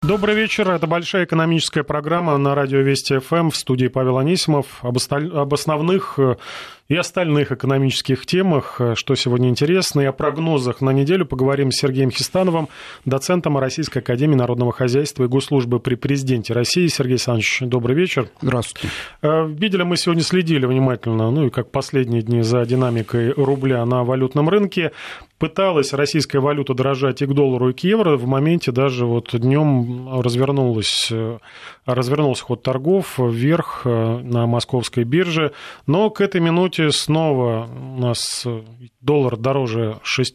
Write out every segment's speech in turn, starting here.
Добрый вечер. Это большая экономическая программа на радио Вести ФМ. В студии Павел Анисимов. Об основных и остальных экономических темах, что сегодня интересно, и о прогнозах на неделю поговорим с Сергеем Хистановым, доцентом Российской академии народного хозяйства и госслужбы при президенте России. Сергей Александрович, добрый вечер. Здравствуйте. Видели, мы сегодня следили внимательно, ну и как последние дни, за динамикой рубля на валютном рынке. Пыталась российская валюта дорожать и к доллару, и к евро. В моменте даже вот днем развернулся ход торгов вверх на московской бирже. Но к этой минуте снова у нас доллар дороже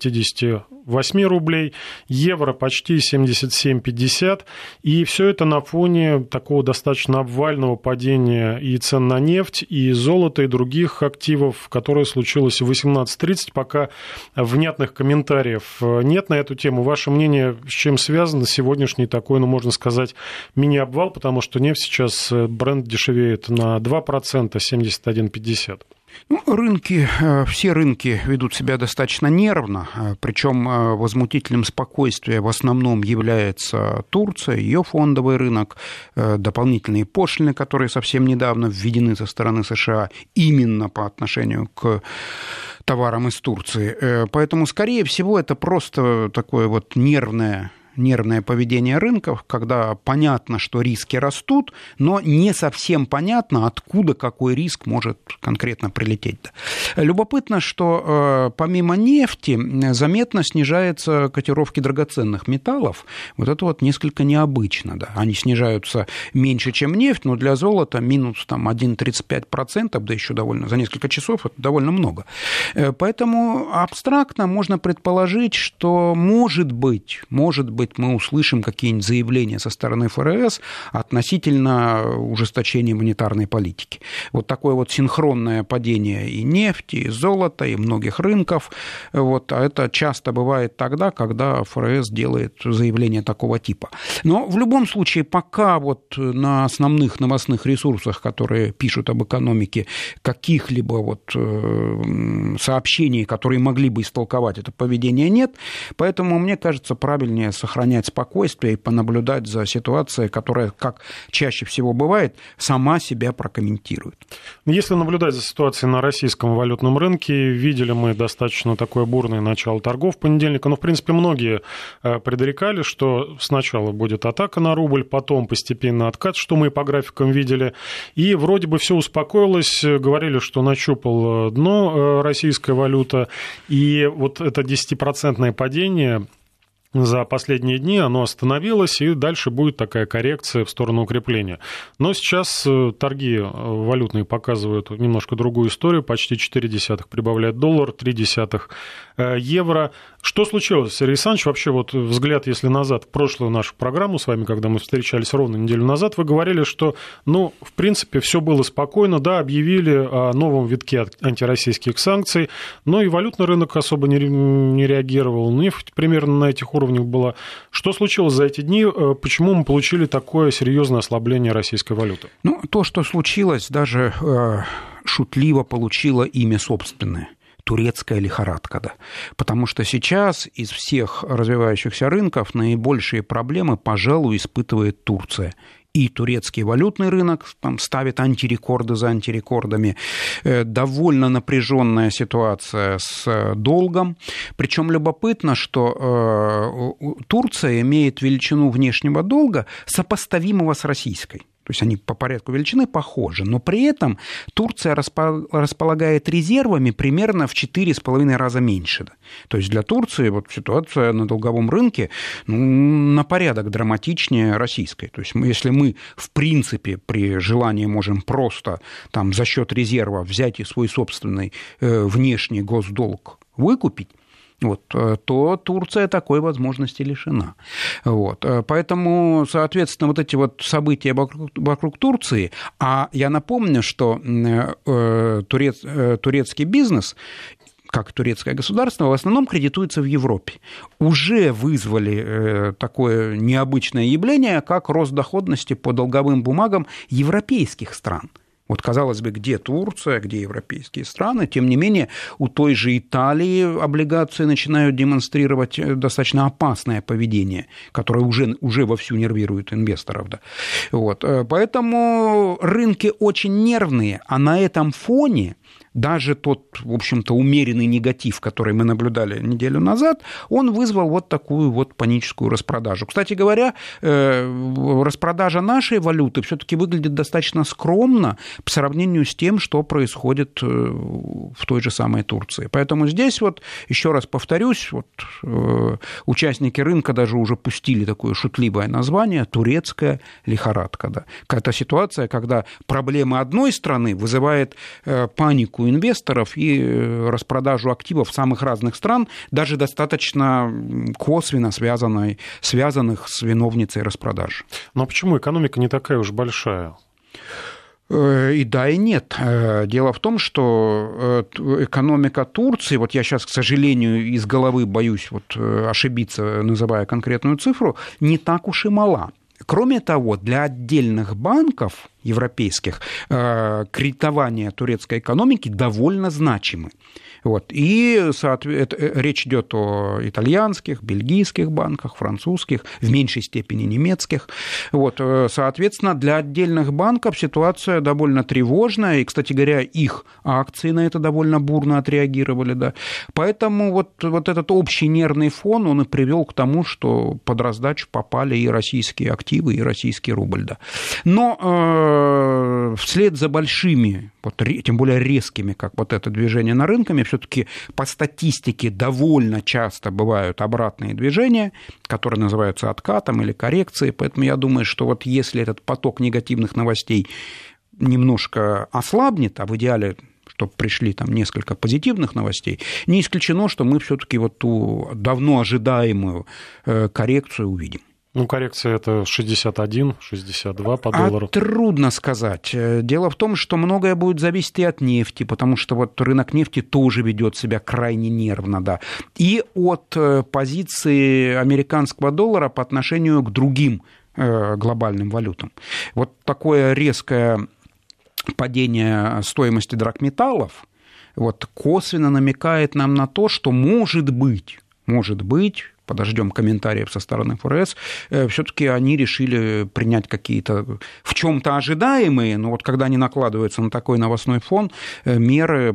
68 рублей, евро почти 77,50. И все это на фоне такого достаточно обвального падения и цен на нефть, и золото, и других активов, которое случилось в 18:30, пока внятных комментариев нет на эту тему. Ваше мнение, с чем связан сегодняшний такой, ну, можно сказать, мини-обвал, потому что нефть сейчас, бренд дешевеет на 2%, 71,50. Ну, все рынки ведут себя достаточно нервно, причем возмутителем спокойствия в основном является Турция, ее фондовый рынок, дополнительные пошлины, которые совсем недавно введены со стороны США именно по отношению к товарам из Турции. Поэтому, скорее всего, это просто такое вот нервное поведение рынков, когда понятно, что риски растут, но не совсем понятно, откуда какой риск может конкретно прилететь. Любопытно, что помимо нефти заметно снижаются котировки драгоценных металлов. Вот это вот несколько необычно. Да. Они снижаются меньше, чем нефть, но для золота минус 1,35%, да еще за несколько часов, это довольно много. Поэтому абстрактно можно предположить, что может быть, мы услышим какие-нибудь заявления со стороны ФРС относительно ужесточения монетарной политики. Вот такое вот синхронное падение и нефти, и золота, и многих рынков. Вот, а это часто бывает тогда, когда ФРС делает заявление такого типа. Но в любом случае, пока вот на основных новостных ресурсах, которые пишут об экономике, каких-либо вот сообщений, которые могли бы истолковать это поведение, нет. Поэтому, мне кажется, правильнее сохранять спокойствие и понаблюдать за ситуацией, которая, как чаще всего бывает, сама себя прокомментирует. Если наблюдать за ситуацией на российском валютном рынке, видели мы достаточно такое бурное начало торгов понедельника. Но, в принципе, многие предрекали, что сначала будет атака на рубль, потом постепенно откат, что мы и по графикам видели. И вроде бы все успокоилось, говорили, что нащупал дно российская валюта. И вот это 10% падение за последние дни, оно остановилось, и дальше будет такая коррекция в сторону укрепления. Но сейчас торги валютные показывают немножко другую историю. Почти 0,4 прибавляет доллар, 0,3 евро. Что случилось, Сергей Александрович? Вообще, вот взгляд, если назад, в прошлую нашу программу с вами, когда мы встречались ровно неделю назад, вы говорили, что, в принципе, все было спокойно, да, объявили о новом витке антироссийских санкций, но и валютный рынок особо не реагировал. Нефть примерно на этих уровнях была. Что случилось за эти дни? Почему мы получили такое серьезное ослабление российской валюты? То, что случилось, даже шутливо получило имя собственное. Турецкая лихорадка, да. Потому что сейчас из всех развивающихся рынков наибольшие проблемы, пожалуй, испытывает Турция. И турецкий валютный рынок там ставит антирекорды за антирекордами. Довольно напряженная ситуация с долгом. Причем любопытно, что Турция имеет величину внешнего долга, сопоставимого с российской. То есть они по порядку величины похожи, но при этом Турция располагает резервами примерно в 4,5 раза меньше. То есть для Турции вот ситуация на долговом рынке на порядок драматичнее российской. То есть если мы, в принципе, при желании можем просто там, за счет резерва взять и свой собственный внешний госдолг выкупить, то Турция такой возможности лишена. Поэтому, соответственно, вот эти вот события вокруг Турции, а я напомню, что турецкий бизнес, как турецкое государство, в основном кредитуется в Европе, уже вызвали такое необычное явление, как рост доходности по долговым бумагам европейских стран. Вот, казалось бы, где Турция, где европейские страны, тем не менее, у той же Италии облигации начинают демонстрировать достаточно опасное поведение, которое уже вовсю нервирует инвесторов. Да. Вот. Поэтому рынки очень нервные, а на этом фоне даже тот, в общем-то, умеренный негатив, который мы наблюдали неделю назад, он вызвал вот такую вот паническую распродажу. Кстати говоря, распродажа нашей валюты все-таки выглядит достаточно скромно по сравнению с тем, что происходит в той же самой Турции. Поэтому здесь вот, еще раз повторюсь, вот, участники рынка даже уже пустили такое шутливое название «турецкая лихорадка». Да. Это ситуация, когда проблема одной страны вызывает панику инвесторов и распродажу активов самых разных стран, даже достаточно косвенно связанных с виновницей распродажи. Но почему экономика не такая уж большая? И да, и нет. Дело в том, что экономика Турции, вот я сейчас, к сожалению, из головы боюсь вот ошибиться, называя конкретную цифру, не так уж и мала. Кроме того, для отдельных банков европейских кредитование турецкой экономики довольно значимы. Вот. И речь идет о итальянских, бельгийских банках, французских, в меньшей степени немецких. Вот. Соответственно, для отдельных банков ситуация довольно тревожная, и, кстати говоря, их акции на это довольно бурно отреагировали. Да. Поэтому вот этот общий нервный фон, он и привел к тому, что под раздачу попали и российские активы, и российский рубль. Да. Но вслед за большими, вот, тем более резкими, как вот это движение на рынках, все-таки по статистике довольно часто бывают обратные движения, которые называются откатом или коррекцией, поэтому я думаю, что вот если этот поток негативных новостей немножко ослабнет, а в идеале чтобы пришли там несколько позитивных новостей, не исключено, что мы все-таки вот ту давно ожидаемую коррекцию увидим. Ну, коррекция это 61, 62 по доллару. Трудно сказать. Дело в том, что многое будет зависеть и от нефти, потому что вот рынок нефти тоже ведет себя крайне нервно, да. И от позиции американского доллара по отношению к другим глобальным валютам. Вот такое резкое падение стоимости драгметаллов вот, косвенно намекает нам на то, что может быть, подождем комментариев со стороны ФРС, все-таки они решили принять какие-то в чем-то ожидаемые, но вот когда они накладываются на такой новостной фон, меры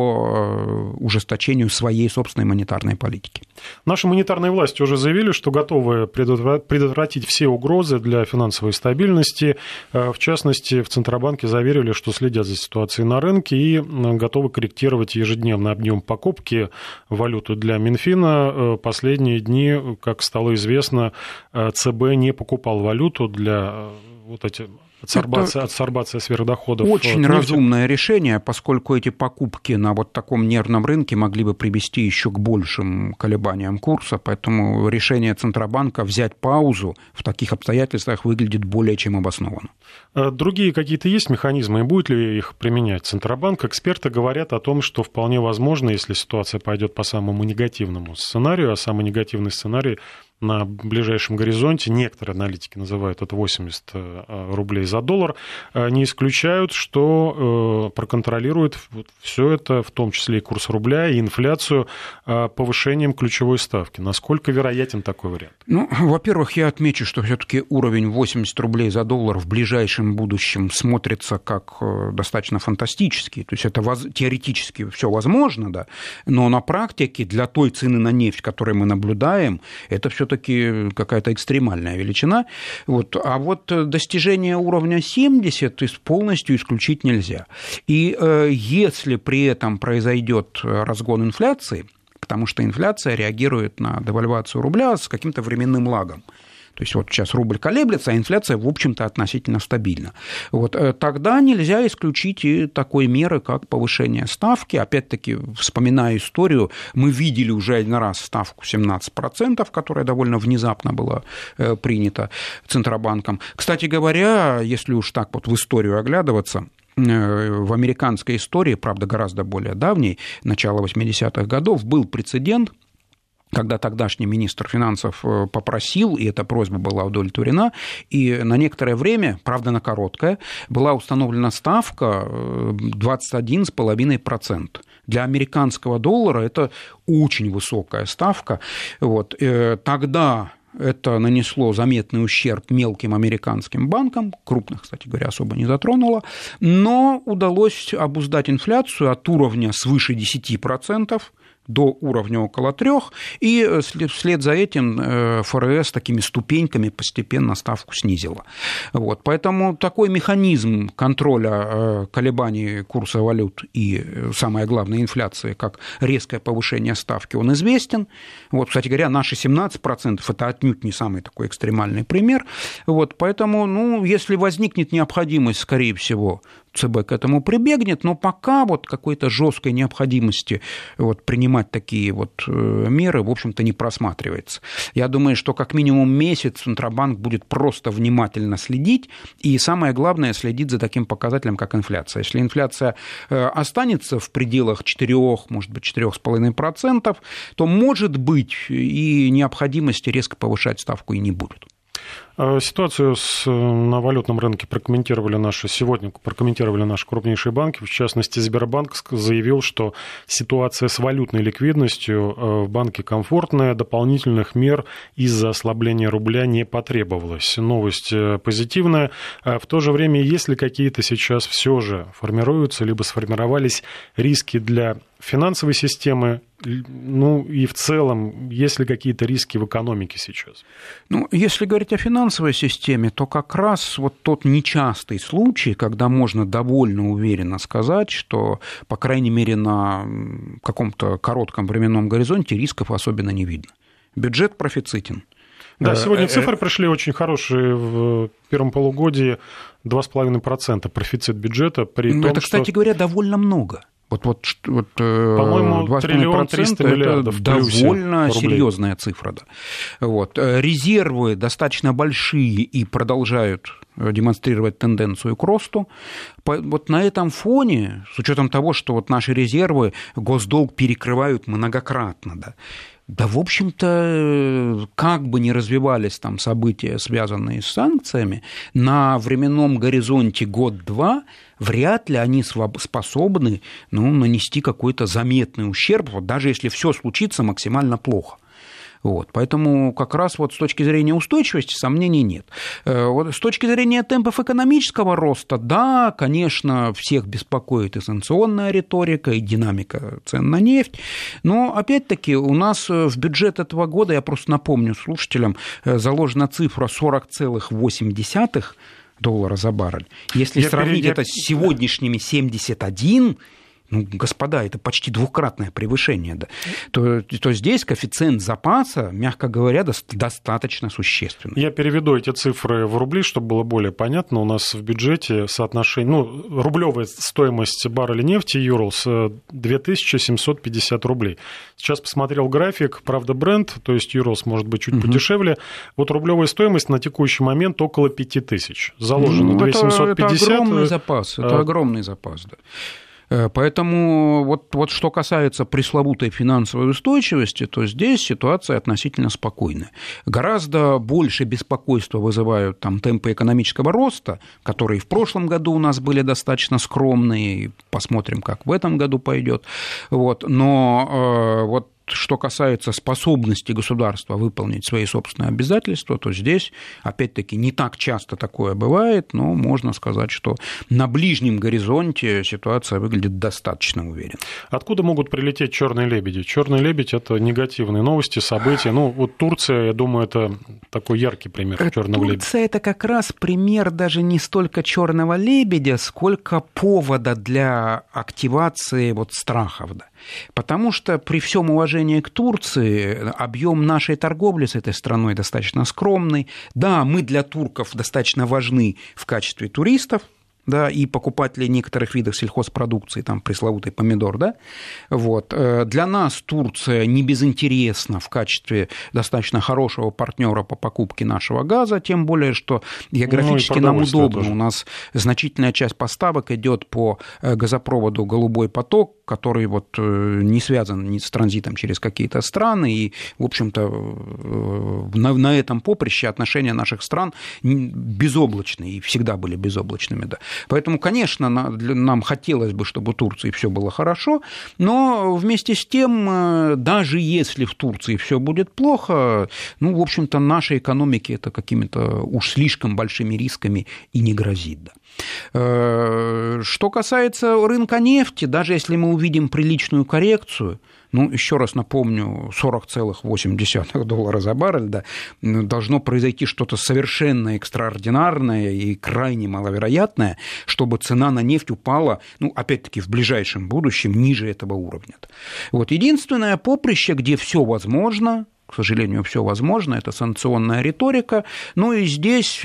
по ужесточению своей собственной монетарной политики. Наши монетарные власти уже заявили, что готовы предотвратить все угрозы для финансовой стабильности. В частности, в Центробанке заверили, что следят за ситуацией на рынке и готовы корректировать ежедневный объем покупки валюты для Минфина. Последние дни, как стало известно, ЦБ не покупал валюту для вот эти адсорбация сверхдоходов. Очень разумное решение, поскольку эти покупки на вот таком нервном рынке могли бы привести еще к большим колебаниям курса, поэтому решение Центробанка взять паузу в таких обстоятельствах выглядит более чем обоснованно. Другие какие-то есть механизмы, и будет ли их применять Центробанк? Эксперты говорят о том, что вполне возможно, если ситуация пойдет по самому негативному сценарию, а самый негативный сценарий на ближайшем горизонте, некоторые аналитики называют это 80 рублей за доллар, не исключают, что проконтролирует все это, в том числе и курс рубля, и инфляцию, повышением ключевой ставки. Насколько вероятен такой вариант? Ну, во-первых, я отмечу, что все-таки уровень 80 рублей за доллар в ближайшем будущем смотрится как достаточно фантастический. То есть это теоретически все возможно, да, но на практике для той цены на нефть, которую мы наблюдаем, это все-таки какая-то экстремальная величина. Вот. А вот достижение уровня 70 полностью исключить нельзя. И если при этом произойдет разгон инфляции, потому что инфляция реагирует на девальвацию рубля с каким-то временным лагом. То есть вот сейчас рубль колеблется, а инфляция, в общем-то, относительно стабильна. Вот, тогда нельзя исключить и такой меры, как повышение ставки. Опять-таки, вспоминая историю, мы видели уже один раз ставку 17%, которая довольно внезапно была принята Центробанком. Кстати говоря, если уж так вот в историю оглядываться, в американской истории, правда, гораздо более давней, начала 80-х годов, был прецедент, когда тогдашний министр финансов попросил, и эта просьба была удовлетворена, и на некоторое время, правда, на короткое, была установлена ставка 21,5%. Для американского доллара это очень высокая ставка. Вот. Тогда это нанесло заметный ущерб мелким американским банкам, крупных, кстати говоря, особо не затронуло, но удалось обуздать инфляцию от уровня свыше 10% до уровня около 3%, и вслед за этим ФРС такими ступеньками постепенно ставку снизила. Вот. Поэтому такой механизм контроля колебаний курса валют и, самое главное, инфляции, как резкое повышение ставки, он известен. Вот, кстати говоря, наши 17% – это отнюдь не самый такой экстремальный пример. Вот. Поэтому, если возникнет необходимость, скорее всего, ЦБ к этому прибегнет, но пока вот какой-то жесткой необходимости вот принимать такие вот меры, в общем-то, не просматривается. Я думаю, что как минимум месяц Центробанк будет просто внимательно следить, и самое главное, следить за таким показателем, как инфляция. Если инфляция останется в пределах 4, может быть, 4,5%, то, может быть, и необходимости резко повышать ставку и не будет. Ситуацию на валютном рынке сегодня прокомментировали наши крупнейшие банки. В частности, Сбербанк заявил, что ситуация с валютной ликвидностью в банке комфортная, дополнительных мер из-за ослабления рубля не потребовалось. Новость позитивная. В то же время, есть ли какие-то сейчас все же формируются, либо сформировались риски для финансовой системы, и в целом, есть ли какие-то риски в экономике сейчас? Если говорить о финансовой системе, то как раз вот тот нечастый случай, когда можно довольно уверенно сказать, что, по крайней мере, на каком-то коротком временном горизонте рисков особенно не видно. Бюджет профицитен. Да, сегодня цифры пришли очень хорошие в первом полугодии, 2,5% профицит бюджета. Это, кстати говоря, довольно много. По-моему, 2,5% это довольно серьезная цифра. Да. Вот. Резервы достаточно большие и продолжают демонстрировать тенденцию к росту. Вот на этом фоне, с учетом того, что вот наши резервы госдолг перекрывают многократно, да, в общем-то, как бы ни развивались там события, связанные с санкциями, на временном горизонте год-два вряд ли они способны нанести какой-то заметный ущерб, даже если все случится максимально плохо. Вот, поэтому как раз вот с точки зрения устойчивости сомнений нет. Вот, с точки зрения темпов экономического роста, да, конечно, всех беспокоит и санкционная риторика, и динамика цен на нефть, но опять-таки у нас в бюджет этого года, я просто напомню слушателям, заложена цифра $40,8 за баррель. Если сравнить это с сегодняшними 71, господа, это почти двукратное превышение, да, то здесь коэффициент запаса, мягко говоря, достаточно существенный. Я переведу эти цифры в рубли, чтобы было более понятно. У нас в бюджете соотношение, рублевая стоимость барреля нефти Юрлс 2750 рублей. Сейчас посмотрел график, правда, Brent, то есть Юрлс может быть чуть подешевле. Вот рублевая стоимость на текущий момент около 5000. Заложено 2750. Это огромный запас, да. Поэтому вот что касается пресловутой финансовой устойчивости, то здесь ситуация относительно спокойная. Гораздо больше беспокойства вызывают там темпы экономического роста, которые в прошлом году у нас были достаточно скромные, посмотрим, как в этом году пойдет. Вот. Но вот что касается способности государства выполнить свои собственные обязательства, то здесь, опять-таки, не так часто такое бывает, но можно сказать, что на ближнем горизонте ситуация выглядит достаточно уверенно. Откуда могут прилететь черные лебеди? Черный лебедь – это негативные новости, события. Вот Турция, я думаю, это такой яркий пример черного лебедя. Турция – это как раз пример даже не столько черного лебедя, сколько повода для активации страхов. Да. Потому что при всем уважении к Турции объем нашей торговли с этой страной достаточно скромный. Да, мы для турков достаточно важны в качестве туристов, да, и покупателей некоторых видов сельхозпродукции, там пресловутый помидор, да, вот. Для нас Турция не безинтересна в качестве достаточно хорошего партнера по покупке нашего газа, тем более, что географически нам удобно. У нас значительная часть поставок идет по газопроводу «Голубой поток», который вот не связан ни с транзитом через какие-то страны, и, в общем-то, на этом поприще отношения наших стран безоблачные, и всегда были безоблачными, да. Поэтому, конечно, нам хотелось бы, чтобы в Турции все было хорошо, но вместе с тем, даже если в Турции все будет плохо, ну, в общем-то, нашей экономике это какими-то уж слишком большими рисками и не грозит, да. Что касается рынка нефти, даже если мы увидим приличную коррекцию, ну, еще раз напомню, $40,8 за баррель, да, должно произойти что-то совершенно экстраординарное и крайне маловероятное, чтобы цена на нефть упала, ну, опять-таки, в ближайшем будущем ниже этого уровня. Вот единственное поприще, где все возможно, к сожалению, все возможно, это санкционная риторика, ну и здесь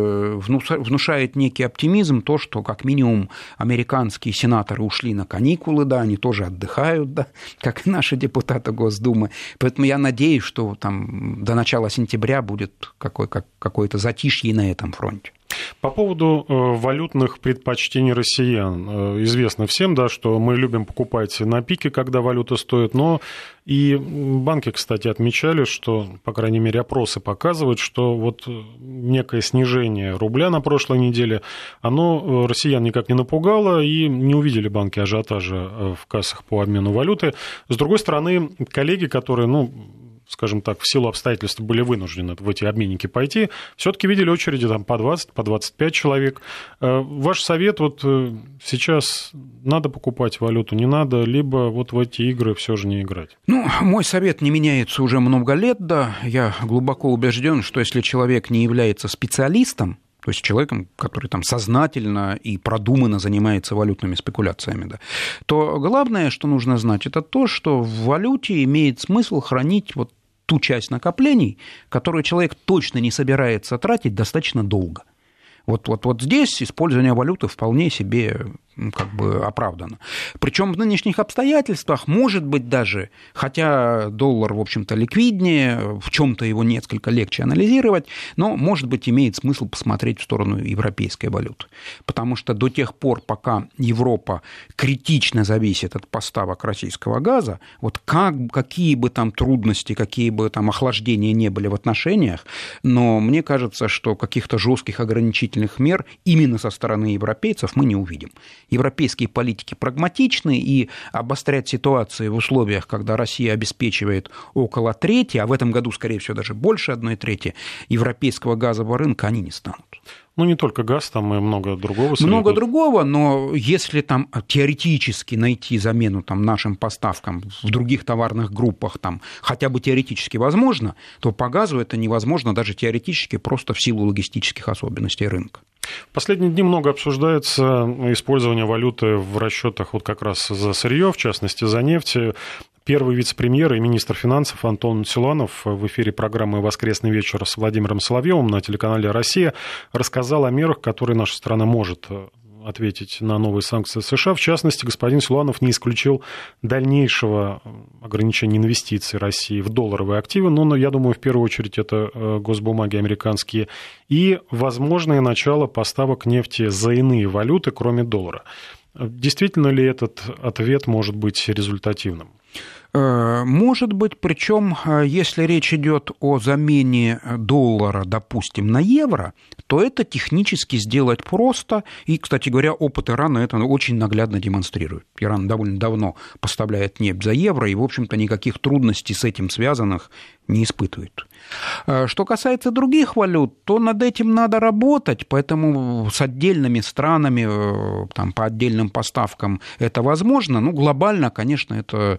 внушает некий оптимизм то, что как минимум американские сенаторы ушли на каникулы, да, они тоже отдыхают, да, как и наши депутаты Госдумы, поэтому я надеюсь, что там до начала сентября будет какое-то затишье на этом фронте. По поводу валютных предпочтений россиян. Известно всем, да, что мы любим покупать на пике, когда валюта стоит, но и банки, кстати, отмечали, что, по крайней мере, опросы показывают, что вот некое снижение рубля на прошлой неделе, оно россиян никак не напугало, и не увидели банки ажиотажа в кассах по обмену валюты. С другой стороны, коллеги, которые, скажем так, в силу обстоятельств были вынуждены в эти обменники пойти, все-таки видели очереди там по 20, по 25 человек. Ваш совет вот сейчас: надо покупать валюту, не надо, либо вот в эти игры все же не играть? Ну, мой совет не меняется уже много лет, да. Я глубоко убежден, что если человек не является специалистом, то есть человеком, который там сознательно и продуманно занимается валютными спекуляциями, да, то главное, что нужно знать, это то, что в валюте имеет смысл хранить вот ту часть накоплений, которую человек точно не собирается тратить достаточно долго. Вот здесь использование валюты вполне себе как бы оправдано. Причем в нынешних обстоятельствах, может быть, даже, хотя доллар, в общем-то, ликвиднее, в чем-то его несколько легче анализировать, но, может быть, имеет смысл посмотреть в сторону европейской валюты. Потому что до тех пор, пока Европа критично зависит от поставок российского газа, вот какие бы там трудности, какие бы там охлаждения не были в отношениях, но мне кажется, что каких-то жестких ограничительных мер именно со стороны европейцев мы не увидим. Европейские политики прагматичны, и обострять ситуации в условиях, когда Россия обеспечивает около трети, а в этом году, скорее всего, даже больше 1/3 европейского газового рынка, они не станут. Ну, не только газ, там и много другого. Много другого, но если там теоретически найти замену там нашим поставкам в других товарных группах, там хотя бы теоретически возможно, то по газу это невозможно даже теоретически, просто в силу логистических особенностей рынка. В последние дни много обсуждается использование валюты в расчетах вот как раз за сырье, в частности, за нефть. Первый вице-премьер и министр финансов Антон Силуанов в эфире программы «Воскресный вечер» с Владимиром Соловьевым на телеканале «Россия» рассказал о мерах, которые наша страна может ответить на новые санкции США. В частности, господин Силуанов не исключил дальнейшего ограничения инвестиций России в долларовые активы, но я думаю, в первую очередь это госбумаги американские, и возможное начало поставок нефти за иные валюты, кроме доллара. Действительно ли этот ответ может быть результативным? Может быть, причем, если речь идет о замене доллара, допустим, на евро, то это технически сделать просто. И, кстати говоря, опыт Ирана это очень наглядно демонстрирует. Иран довольно давно поставляет нефть за евро, и, в общем-то, никаких трудностей с этим связанных не испытывает. Что касается других валют, то над этим надо работать, поэтому с отдельными странами, там, по отдельным поставкам это возможно. Ну, глобально, конечно, это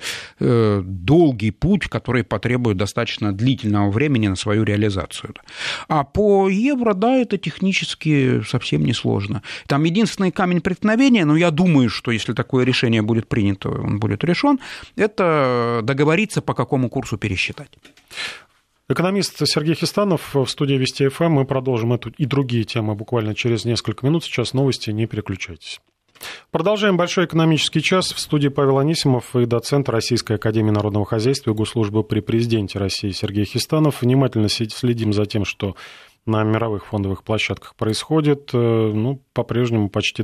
долгий путь, который потребует достаточно длительного времени на свою реализацию. А по евро, да, это технически совсем несложно. Там единственный камень преткновения, но я думаю, что если такое решение будет принято, он будет решен, это договориться, по какому курсу пересчитать. Экономист Сергей Хистанов в студии Вести ФМ. Мы продолжим эту и другие темы буквально через несколько минут. Сейчас новости, не переключайтесь. Продолжаем большой экономический час. В студии Павел Анисимов и доцент Российской академии народного хозяйства и госслужбы при президенте России Сергей Хистанов. Внимательно следим за тем, что на мировых фондовых площадках происходит. По-прежнему почти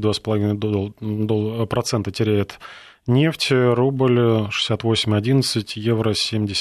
2,5% теряет нефть, рубль 68.11, евро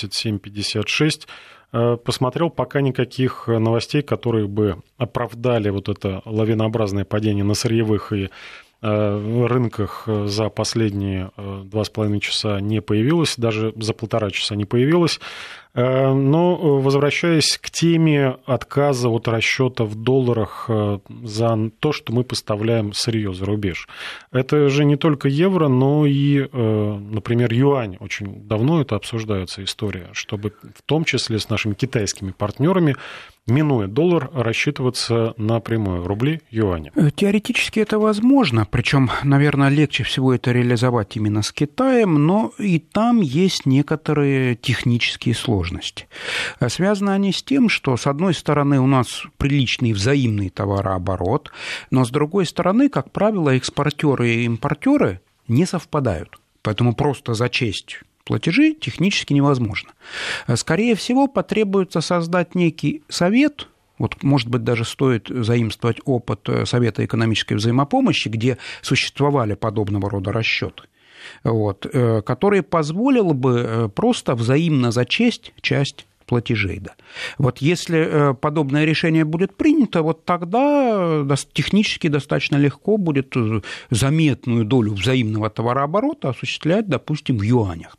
77.56. Посмотрел, пока никаких новостей, которые бы оправдали вот это лавинообразное падение на сырьевых и рынках за последние 2,5 часа не появилось, даже за 1,5 часа не появилось. Но возвращаясь к теме отказа от расчета в долларах за то, что мы поставляем сырье за рубеж. Это же не только евро, но и, например, юань. Очень давно это обсуждается история, чтобы в том числе с нашими китайскими партнерами, минуя доллар, рассчитываться напрямую рубли, юани. Теоретически это возможно, причем, наверное, легче всего это реализовать именно с Китаем, но и там есть некоторые технические сложности. Связаны они с тем, что, с одной стороны, у нас приличный взаимный товарооборот, но, с другой стороны, как правило, экспортеры и импортеры не совпадают. Поэтому просто зачесть платежи технически невозможно. Скорее всего, потребуется создать некий совет. Вот, может быть, даже стоит заимствовать опыт Совета экономической взаимопомощи, где существовали подобного рода расчеты, который позволил бы просто взаимно зачесть часть платежей. Да. Вот если подобное решение будет принято, вот тогда технически достаточно легко будет заметную долю взаимного товарооборота осуществлять, допустим, в юанях.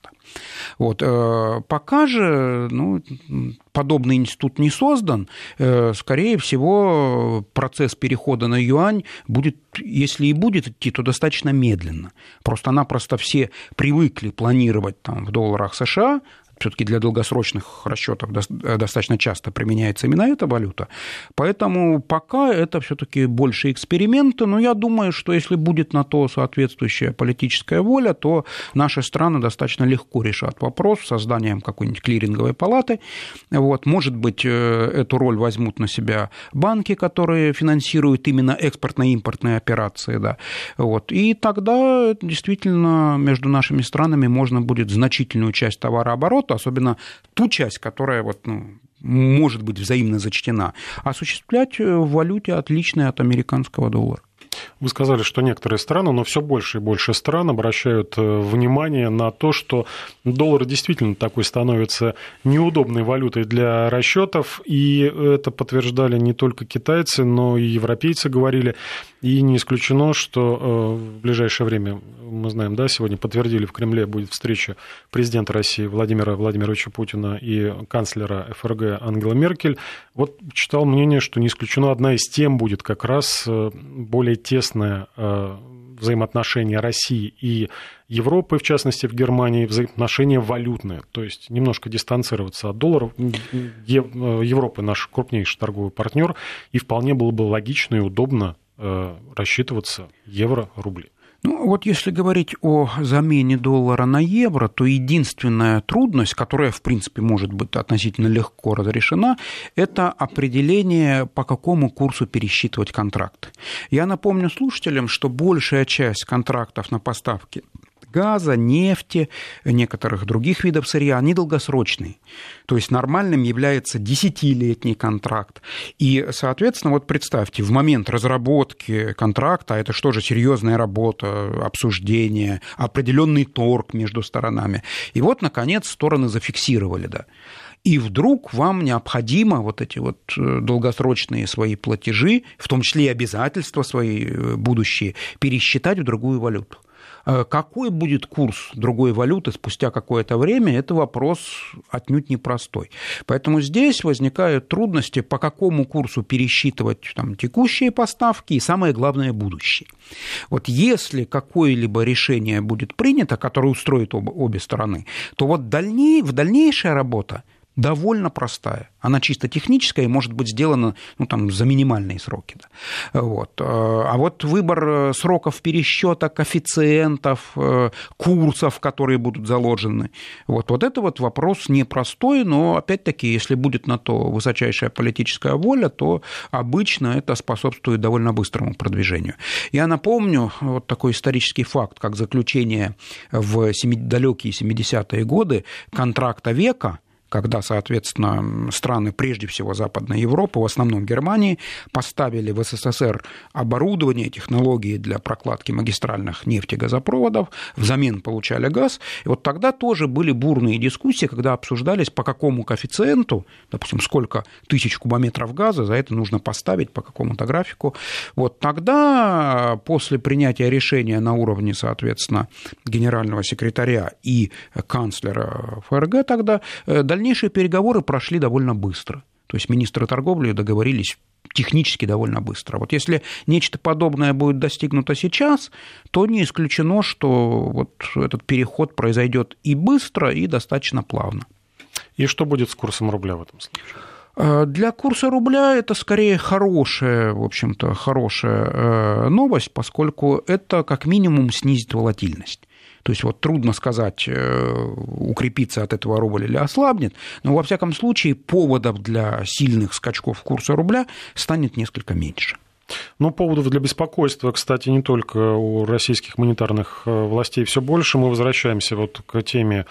Пока же подобный институт не создан, скорее всего, процесс перехода на юань будет, если и будет идти, то достаточно медленно. Просто-напросто все привыкли планировать в долларах США. Все-таки для долгосрочных расчетов достаточно часто применяется именно эта валюта. Поэтому пока это все-таки больше эксперименты, но я думаю, что если будет на то соответствующая политическая воля, то наши страны достаточно легко решат вопрос с созданием какой-нибудь клиринговой палаты. Может быть, эту роль возьмут на себя банки, которые финансируют именно экспортно-импортные операции. Да. И тогда действительно между нашими странами можно будет значительную часть товарооборота, особенно ту часть, которая может быть взаимно зачтена, осуществлять в валюте, отличной от американского доллара. Вы сказали, что некоторые страны, но все больше и больше стран обращают внимание на то, что доллар действительно такой становится неудобной валютой для расчетов, и это подтверждали не только китайцы, но и европейцы говорили, и не исключено, что в ближайшее время, мы знаем, да, сегодня подтвердили, в Кремле будет встреча президента России Владимира Владимировича Путина и канцлера ФРГ Ангелы Меркель. Читал мнение, что не исключено, одна из тем будет как раз более тесное взаимоотношение России и Европы, в частности, в Германии, взаимоотношения валютные, то есть немножко дистанцироваться от долларов. Европа наш крупнейший торговый партнер, и вполне было бы логично и удобно рассчитываться евро-рубли. Если говорить о замене доллара на евро, то единственная трудность, которая, в принципе, может быть относительно легко разрешена, это определение, по какому курсу пересчитывать контракт. Я напомню слушателям, что большая часть контрактов на поставки газа, нефти, некоторых других видов сырья, они долгосрочные. То есть нормальным является 10-летний контракт. И, соответственно, представьте, в момент разработки контракта, это что же, серьезная работа, обсуждение, определенный торг между сторонами. И наконец, стороны зафиксировали, да. И вдруг вам необходимо эти долгосрочные свои платежи, в том числе и обязательства свои будущие, пересчитать в другую валюту. Какой будет курс другой валюты спустя какое-то время, это вопрос отнюдь непростой. Поэтому здесь возникают трудности, по какому курсу пересчитывать текущие поставки и, самое главное, будущие. Если какое-либо решение будет принято, которое устроит обе стороны, то дальнейшая работа довольно простая. Она чисто техническая и может быть сделана за минимальные сроки. А выбор сроков пересчета, коэффициентов, курсов, которые будут заложены, это вопрос непростой, но, опять-таки, если будет на то высочайшая политическая воля, то обычно это способствует довольно быстрому продвижению. Я напомню такой исторический факт, как заключение в далекие 70-е годы контракта века, когда, соответственно, страны, прежде всего Западной Европы, в основном Германии, поставили в СССР оборудование, технологии для прокладки магистральных нефтегазопроводов, взамен получали газ. И вот тогда тоже были бурные дискуссии, когда обсуждались, по какому коэффициенту, допустим, сколько тысяч кубометров газа за это нужно поставить, по какому-то графику. Вот тогда, после принятия решения на уровне, соответственно, генерального секретаря и канцлера ФРГ тогда, дальнейшие переговоры прошли довольно быстро. То есть министры торговли договорились технически довольно быстро. Вот если нечто подобное будет достигнуто сейчас, то не исключено, что вот этот переход произойдет и быстро, и достаточно плавно. И что будет с курсом рубля в этом случае? Для курса рубля это скорее хорошая, в общем-то, хорошая новость, поскольку это как минимум снизит волатильность. То есть вот трудно сказать, укрепится от этого рубль или ослабнет, но во всяком случае поводов для сильных скачков курса рубля станет несколько меньше. Ну, поводов для беспокойства, кстати, не только у российских монетарных властей все больше. Мы возвращаемся вот к теме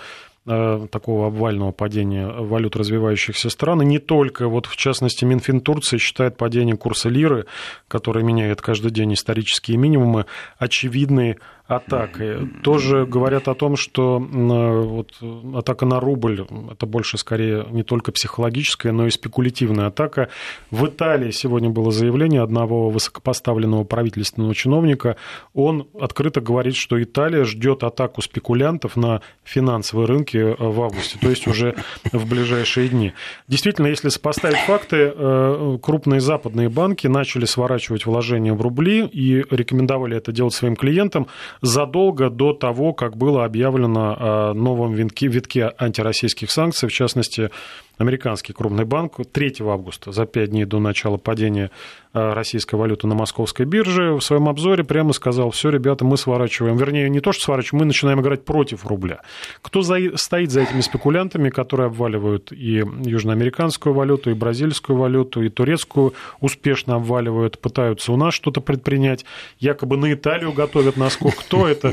такого обвального падения валют развивающихся стран. И не только, вот в частности, Минфин Турции считает падение курса лиры, который меняет каждый день исторические минимумы, очевидной атакой. Тоже говорят о том, что вот атака на рубль – это больше, скорее, не только психологическая, но и спекулятивная атака. В Италии сегодня было заявление одного высокопоставленного правительственного чиновника. Он открыто говорит, что Италия ждет атаку спекулянтов на финансовые рынки в августе, то есть уже в ближайшие дни. Действительно, если сопоставить факты, крупные западные банки начали сворачивать вложения в рубли и рекомендовали это делать своим клиентам задолго до того, как было объявлено о новом витке антироссийских санкций, в частности, американский крупный банк 3 августа, за 5 дней до начала падения российской валюты на московской бирже, в своем обзоре прямо сказал: все, ребята, мы сворачиваем, вернее, не то, что сворачиваем, мы начинаем играть против рубля. Кто стоит за этими спекулянтами, которые обваливают и южноамериканскую валюту, и бразильскую валюту, и турецкую, успешно обваливают, пытаются у нас что-то предпринять, якобы на Италию готовят наскок? Кто это?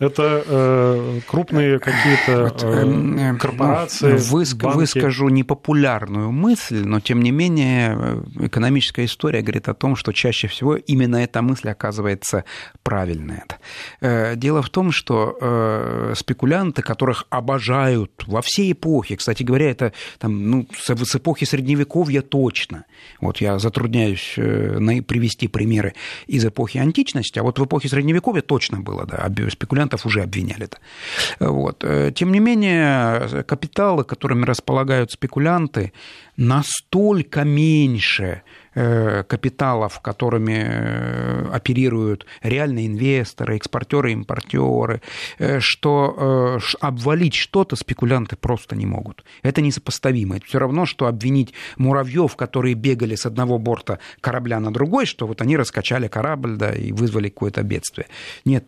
Это крупные какие-то корпорации, банки? Выскажу непопулярную мысль, но, тем не менее, экономическая история говорит о том, что чаще всего именно эта мысль оказывается правильной. Дело в том, что спекулянты, которых обожают во все эпохи, кстати говоря, это там, с эпохи Средневековья точно. Вот я затрудняюсь привести примеры из эпохи античности, а вот в эпохе Средневековья точно было, да, спекулянтов уже обвиняли. Да. Вот. Тем не менее, капиталы, которыми располагают спекулянты, настолько меньше капиталов, которыми оперируют реальные инвесторы, экспортеры, импортеры, что обвалить что-то спекулянты просто не могут. Это несопоставимо. Это все равно, что обвинить муравьев, которые бегали с одного борта корабля на другой, что вот они раскачали корабль, да, и вызвали какое-то бедствие. Нет.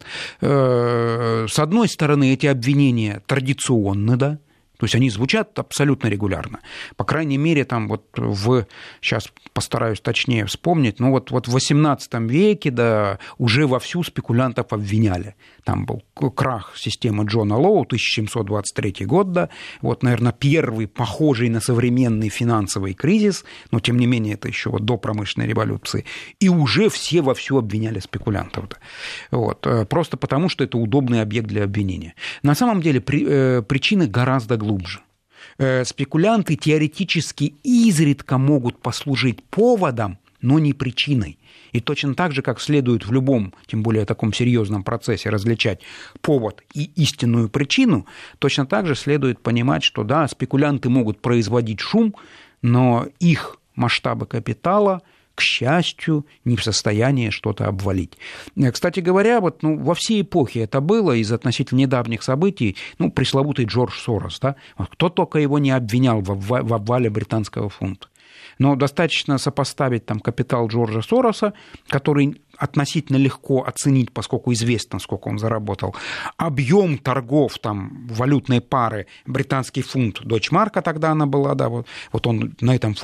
С одной стороны, эти обвинения традиционны, да, то есть они звучат абсолютно регулярно. По крайней мере, там вот сейчас постараюсь точнее вспомнить, вот в XVIII веке, да, уже вовсю спекулянтов обвиняли. Там был крах системы Джона Лоу, 1723 год, да, вот, наверное, первый похожий на современный финансовый кризис, но, тем не менее, это еще вот до промышленной революции, и уже все вовсю обвиняли спекулянтов. Да. Вот, просто потому, что это удобный объект для обвинения. На самом деле причины гораздо глубже. Спекулянты теоретически изредка могут послужить поводом, но не причиной. И точно так же, как следует в любом, тем более таком серьезном процессе, различать повод и истинную причину, точно так же следует понимать, что да, спекулянты могут производить шум, но их масштабы капитала, к счастью, не в состоянии что-то обвалить. Кстати говоря, вот, во все эпохи это было, из относительно недавних событий, пресловутый Джордж Сорос, да? Кто только его не обвинял в обвале британского фунта. Но достаточно сопоставить там капитал Джорджа Сороса, который относительно легко оценить, поскольку известно, сколько он заработал, объем торгов там, валютной пары британский фунт, дойчмарка тогда она была, да, вот он на этом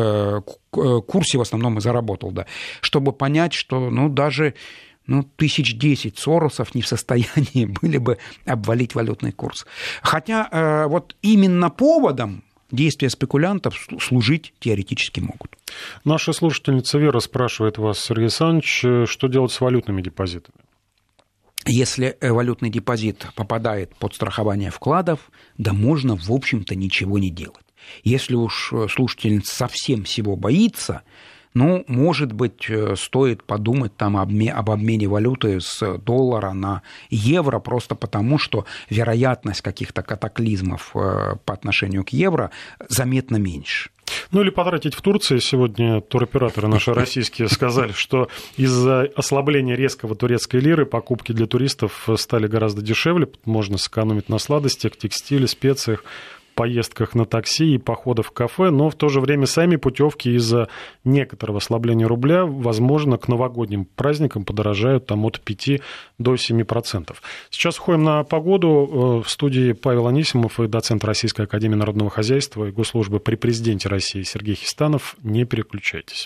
курсе в основном и заработал, да, чтобы понять, что даже 1010 Соросов не в состоянии были бы обвалить валютный курс. Хотя вот именно поводом действия спекулянтов служить теоретически могут. Наша слушательница Вера спрашивает вас, Сергей Александрович, что делать с валютными депозитами? Если валютный депозит попадает под страхование вкладов, да можно, в общем-то, ничего не делать. Если уж слушательница совсем всего боится, ну, может быть, стоит подумать там об обмене валюты с доллара на евро, просто потому, что вероятность каких-то катаклизмов по отношению к евро заметно меньше. Ну или потратить в Турции. Сегодня туроператоры наши российские сказали, что из-за ослабления резкого турецкой лиры покупки для туристов стали гораздо дешевле, можно сэкономить на сладостях, текстиле, специях, поездках на такси и походах в кафе, но в то же время сами путевки из-за некоторого ослабления рубля, возможно, к новогодним праздникам подорожают там от 5 до 7%. Сейчас уходим на погоду. В студии Павел Анисимов и доцент Российской академии народного хозяйства и госслужбы при президенте России Сергей Хистанов. Не переключайтесь.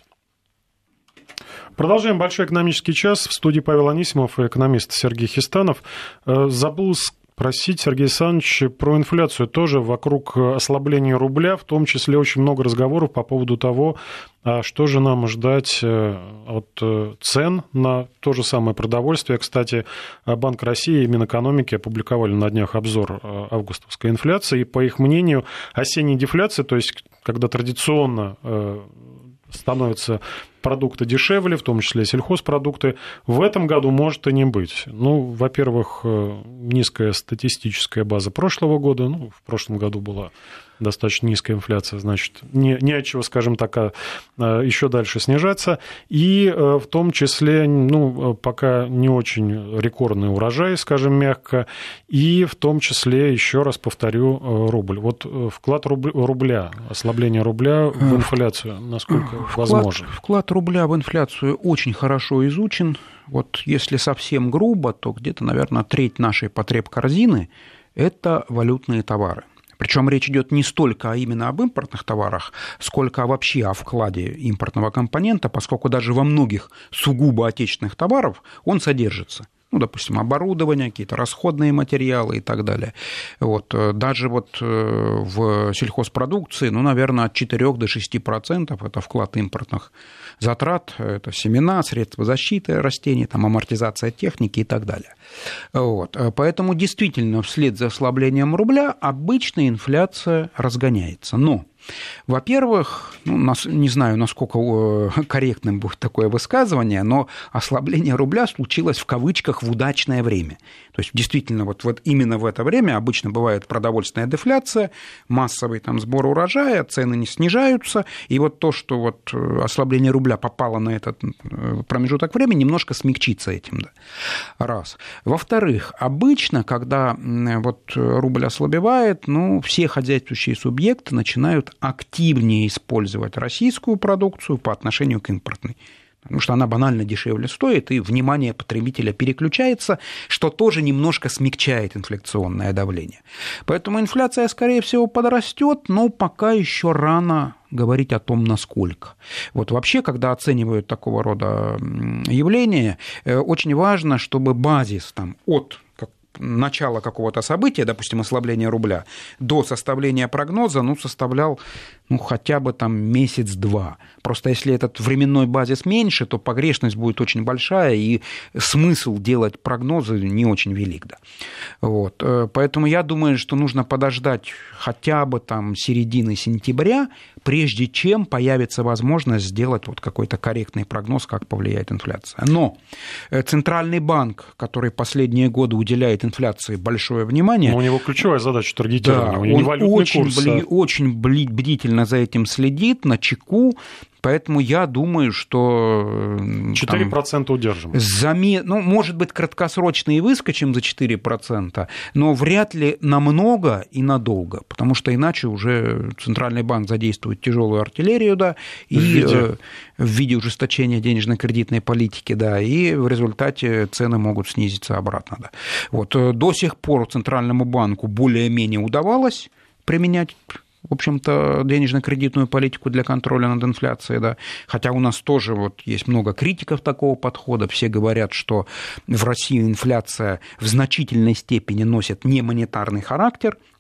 Продолжаем большой экономический час. В студии Павел Анисимов и экономист Сергей Хистанов. Забыл спросить, Сергей Александрович, про инфляцию тоже вокруг ослабления рубля, в том числе очень много разговоров по поводу того, что же нам ждать от цен на то же самое продовольствие. Кстати, Банк России и Минэкономики опубликовали на днях обзор августовской инфляции, и, по их мнению, осенняя дефляция, то есть когда традиционно становятся продукты дешевле, в том числе сельхозпродукты, в этом году может и не быть. Ну, во-первых, низкая статистическая база прошлого года, ну, в прошлом году была достаточно низкая инфляция, значит, не от чего, скажем так, еще дальше снижаться. И в том числе, ну, пока не очень рекордный урожай, скажем мягко, и в том числе, еще раз повторю, рубль. Вот вклад рубля, ослабление рубля в инфляцию, насколько возможен? Вклад рубля в инфляцию очень хорошо изучен. Вот если совсем грубо, то где-то, наверное, треть нашей потребкорзины – это валютные товары. Причем речь идет не столько именно об импортных товарах, сколько вообще о вкладе импортного компонента, поскольку даже во многих сугубо отечественных товарах он содержится. Ну, допустим, оборудование, какие-то расходные материалы и так далее. Вот. Даже вот в сельхозпродукции, ну, наверное, от 4 до 6% это вклад импортных затрат, это семена, средства защиты растений, там, амортизация техники и так далее. Вот. Поэтому действительно вслед за ослаблением рубля обычно инфляция разгоняется. Но, во-первых, не знаю, насколько корректным будет такое высказывание, но ослабление рубля случилось в кавычках в удачное время. То есть действительно вот именно в это время обычно бывает продовольственная дефляция, массовый там сбор урожая, цены не снижаются, и вот то, что вот ослабление рубля попало на этот промежуток времени, немножко смягчится этим. Да. Раз. Во-вторых, обычно, когда вот рубль ослабевает, ну, все хозяйствующие субъекты начинают активнее использовать российскую продукцию по отношению к импортной. Потому что она банально дешевле стоит, и внимание потребителя переключается, что тоже немножко смягчает инфляционное давление. Поэтому инфляция, скорее всего, подрастет, но пока еще рано говорить о том, насколько. Вот вообще, когда оценивают такого рода явления, очень важно, чтобы базис там, от начала какого-то события, допустим, ослабления рубля, до составления прогноза, составлял хотя бы там месяц-два. Просто если этот временной базис меньше, то погрешность будет очень большая, и смысл делать прогнозы не очень велик. Да. Вот. Поэтому я думаю, что нужно подождать хотя бы там середины сентября, прежде чем появится возможность сделать вот какой-то корректный прогноз, как повлияет инфляция. Но Центральный банк, который последние годы уделяет инфляции большое внимание... Но у него ключевая задача таргетирования, да, у него не валютный курс. Очень бдительно за этим следит, на чеку. Поэтому я думаю, что... 4% удержим. Может быть, краткосрочно и выскочим за 4%, но вряд ли намного и надолго, потому что иначе уже Центральный банк задействует тяжелую артиллерию, да, в виде ужесточения денежно-кредитной политики, да, и в результате цены могут снизиться обратно. Да. Вот. До сих пор Центральному банку более-менее удавалось применять, в общем-то, денежно-кредитную политику для контроля над инфляцией, да, хотя у нас тоже вот есть много критиков такого подхода, все говорят, что в России инфляция в значительной степени носит не монетарный характер,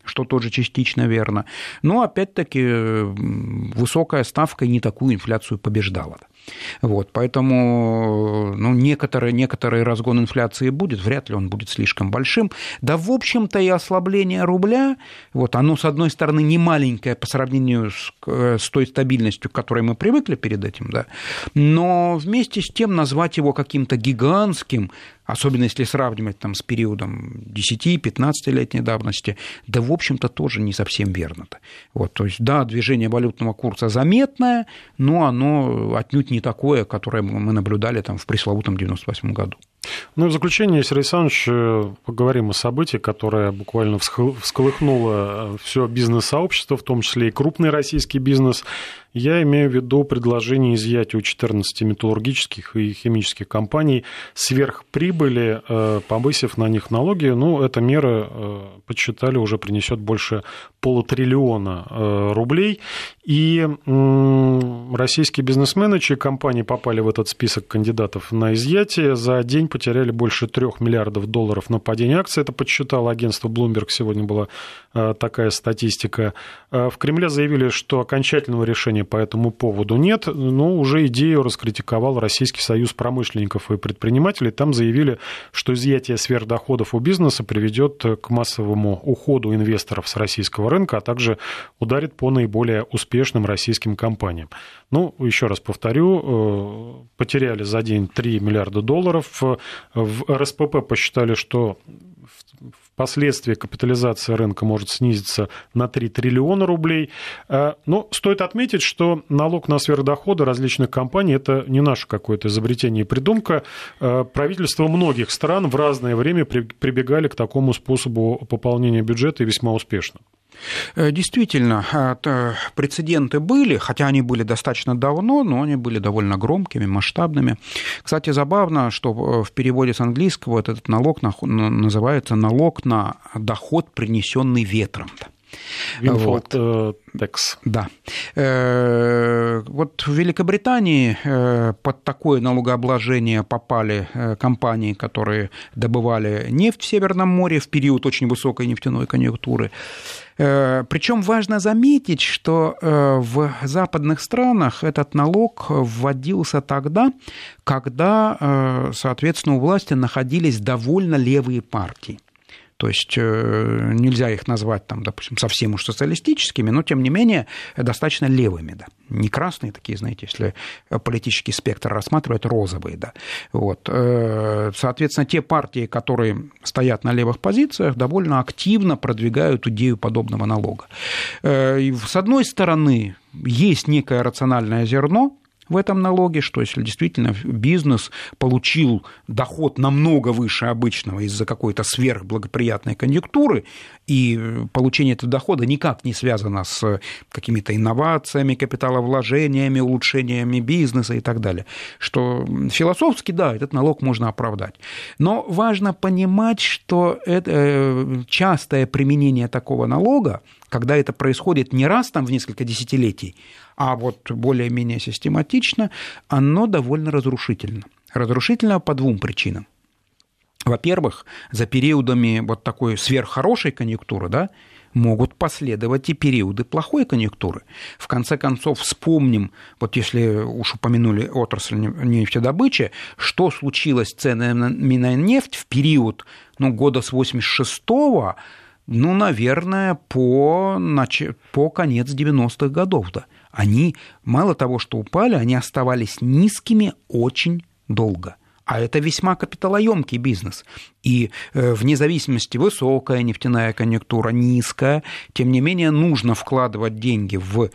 что тоже частично верно. Но, опять-таки, высокая ставка не такую инфляцию побеждала. Вот, поэтому некоторый разгон инфляции будет, вряд ли он будет слишком большим. Да, в общем-то, и ослабление рубля, вот, оно, с одной стороны, не маленькое по сравнению с той стабильностью, к которой мы привыкли перед этим, да, но вместе с тем назвать его каким-то гигантским, особенно если сравнивать там, с периодом 10-15-летней давности, да, в общем-то, тоже не совсем верно-то. Вот, то есть, да, движение валютного курса заметное, но оно отнюдь не такое, которое мы наблюдали там, в пресловутом 1998 году. Ну и в заключение, Сергей Александрович, поговорим о событии, которое буквально всколыхнуло все бизнес-сообщество, в том числе и крупный российский бизнес. Я имею в виду предложение изъятия у 14 металлургических и химических компаний сверхприбыли, повысив на них налоги. Ну, эта мера, подсчитали, уже принесет больше 500 миллиона рублей. И российские бизнесмены, чьи компании попали в этот список кандидатов на изъятие, за день потеряли больше $3 миллиардов на падение акций. Это подсчитало агентство Bloomberg, сегодня была такая статистика. В Кремле заявили, что окончательного решения по этому поводу нет, но уже идею раскритиковал Российский союз промышленников и предпринимателей. Там заявили, что изъятие сверхдоходов у бизнеса приведет к массовому уходу инвесторов с российского рынка, а также ударит по наиболее успешным российским компаниям. Ну, еще раз повторю, потеряли за день $3 миллиарда. В РСПП посчитали, что впоследствии капитализация рынка может снизиться на 3 триллиона рублей. Но стоит отметить, что налог на сверхдоходы различных компаний – это не наше какое-то изобретение и придумка. Правительства многих стран в разное время прибегали к такому способу пополнения бюджета и весьма успешно. Действительно, прецеденты были, хотя они были достаточно давно, но они были довольно громкими, масштабными. Кстати, забавно, что в переводе с английского этот налог называется налог на доход, принесенный ветром. Windfall tax. Да. Вот в Великобритании под такое налогообложение попали компании, которые добывали нефть в Северном море в период очень высокой нефтяной конъюнктуры. Причем важно заметить, что в западных странах этот налог вводился тогда, когда, соответственно, у власти находились довольно левые партии. То есть нельзя их назвать, там, допустим, совсем уж социалистическими, но, тем не менее, достаточно левыми. Да. Не красные такие, знаете, если политический спектр рассматривать, розовые. Да. Вот. Соответственно, те партии, которые стоят на левых позициях, довольно активно продвигают идею подобного налога. И, с одной стороны, есть некое рациональное зерно в этом налоге, что если действительно бизнес получил доход намного выше обычного из-за какой-то сверхблагоприятной конъюнктуры, и получение этого дохода никак не связано с какими-то инновациями, капиталовложениями, улучшениями бизнеса и так далее, что философски, да, этот налог можно оправдать. Но важно понимать, что частое применение такого налога, когда это происходит не раз там в несколько десятилетий, а вот более-менее систематично, оно довольно разрушительно. Разрушительно по двум причинам. Во-первых, за периодами вот такой сверххорошей конъюнктуры, да, могут последовать и периоды плохой конъюнктуры. В конце концов, вспомним, вот если уж упомянули отрасль нефтедобычи, что случилось с ценами на нефть в период года с 86-го, наверное, по конец 90-х годов. Да. Они, мало того, что упали, они оставались низкими очень долго. А это весьма капиталоемкий бизнес. И вне зависимости, высокая нефтяная конъюнктура, низкая, тем не менее нужно вкладывать деньги в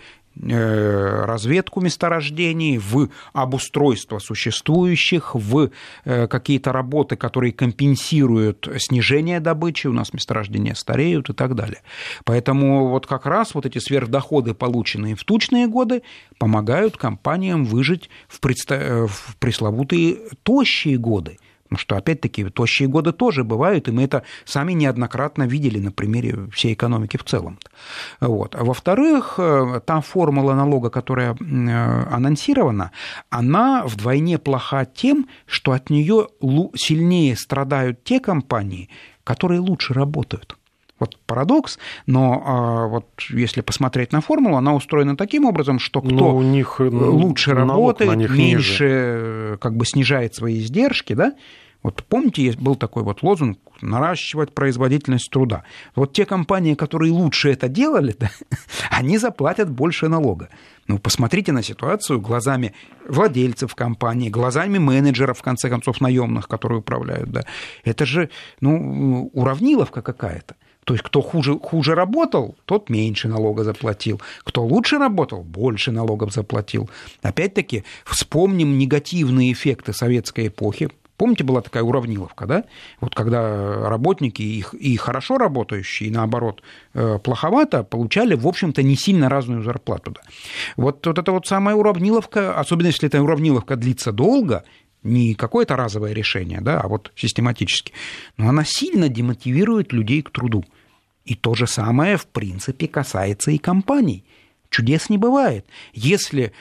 разведку месторождений, в обустройство существующих, в какие-то работы, которые компенсируют снижение добычи, у нас месторождения стареют и так далее. Поэтому вот как раз вот эти сверхдоходы, полученные в тучные годы, помогают компаниям выжить в пресловутые тощие годы. Потому что, опять-таки, тощие годы тоже бывают, и мы это сами неоднократно видели на примере всей экономики в целом. Вот. А во-вторых, та формула налога, которая анонсирована, она вдвойне плоха тем, что от нее сильнее страдают те компании, которые лучше работают. Вот парадокс, но вот если посмотреть на формулу, она устроена таким образом, что кто у них лучше работает, меньше как бы снижает свои издержки, да? Вот помните, был такой вот лозунг «наращивать производительность труда». Вот те компании, которые лучше это делали, да, они заплатят больше налога. Ну, посмотрите на ситуацию глазами владельцев компании, глазами менеджеров, в конце концов, наемных, которые управляют. Да. Это же уравниловка какая-то. То есть кто хуже работал, тот меньше налога заплатил. Кто лучше работал, больше налогов заплатил. Опять-таки, вспомним негативные эффекты советской эпохи. Помните, была такая уравниловка, да? Вот когда работники и хорошо работающие, и наоборот плоховато, получали, в общем-то, не сильно разную зарплату. Да? Вот эта вот самая уравниловка, особенно если эта уравниловка длится долго, не какое-то разовое решение, да, а вот систематически, но она сильно демотивирует людей к труду. И то же самое, в принципе, касается и компаний. Чудес не бывает. Если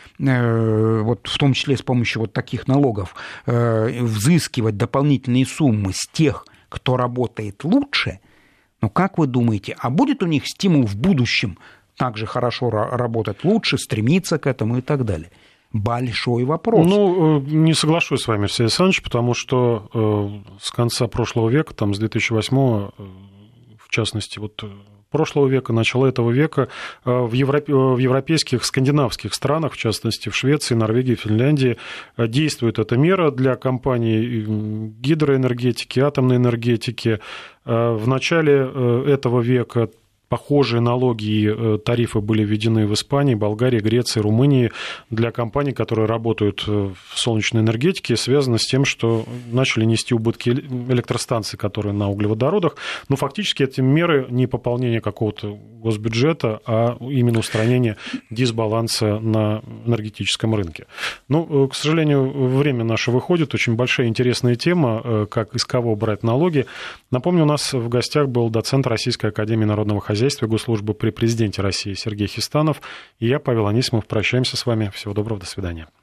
вот в том числе с помощью вот таких налогов взыскивать дополнительные суммы с тех, кто работает лучше, ну как вы думаете, а будет у них стимул в будущем также хорошо работать лучше, стремиться к этому и так далее? Большой вопрос. Ну, не соглашусь с вами, Алексей Александрович, потому что с конца прошлого века, там, с 2008-го, в частности, вот прошлого века, начала этого века в европейских, скандинавских странах, в частности в Швеции, Норвегии, Финляндии, действует эта мера для компаний гидроэнергетики, атомной энергетики. В начале этого века похожие налоги и тарифы были введены в Испании, Болгарии, Греции, Румынии для компаний, которые работают в солнечной энергетике, связано с тем, что начали нести убытки электростанций, которые на углеводородах. Но фактически эти меры не пополнение какого-то госбюджета, а именно устранение дисбаланса на энергетическом рынке. Ну, к сожалению, время наше выходит. Очень большая интересная тема, как из кого брать налоги. Напомню, у нас в гостях был доцент Российской академии народного хозяйства и госслужбы при президенте России Сергей Хистанов. И я, Павел Анисимов, прощаемся с вами. Всего доброго, до свидания.